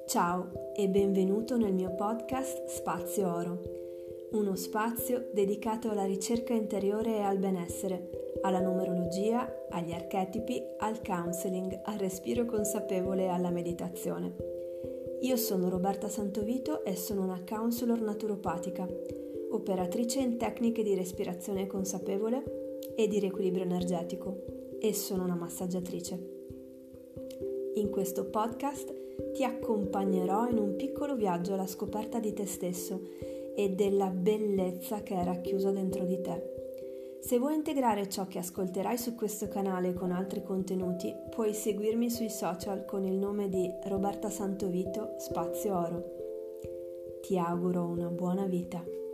Ciao e benvenuto nel mio podcast Spazio Oro, uno spazio dedicato alla ricerca interiore e al benessere, alla numerologia, agli archetipi, al counseling, al respiro consapevole e alla meditazione. Io sono Roberta Santovito e sono una counselor naturopatica, operatrice in tecniche di respirazione consapevole e di riequilibrio energetico e sono una massaggiatrice. In questo podcast ti accompagnerò in un piccolo viaggio alla scoperta di te stesso e della bellezza che è racchiusa dentro di te. Se vuoi integrare ciò che ascolterai su questo canale con altri contenuti, puoi seguirmi sui social con il nome di Roberta Santovito Spazio Oro. Ti auguro una buona vita.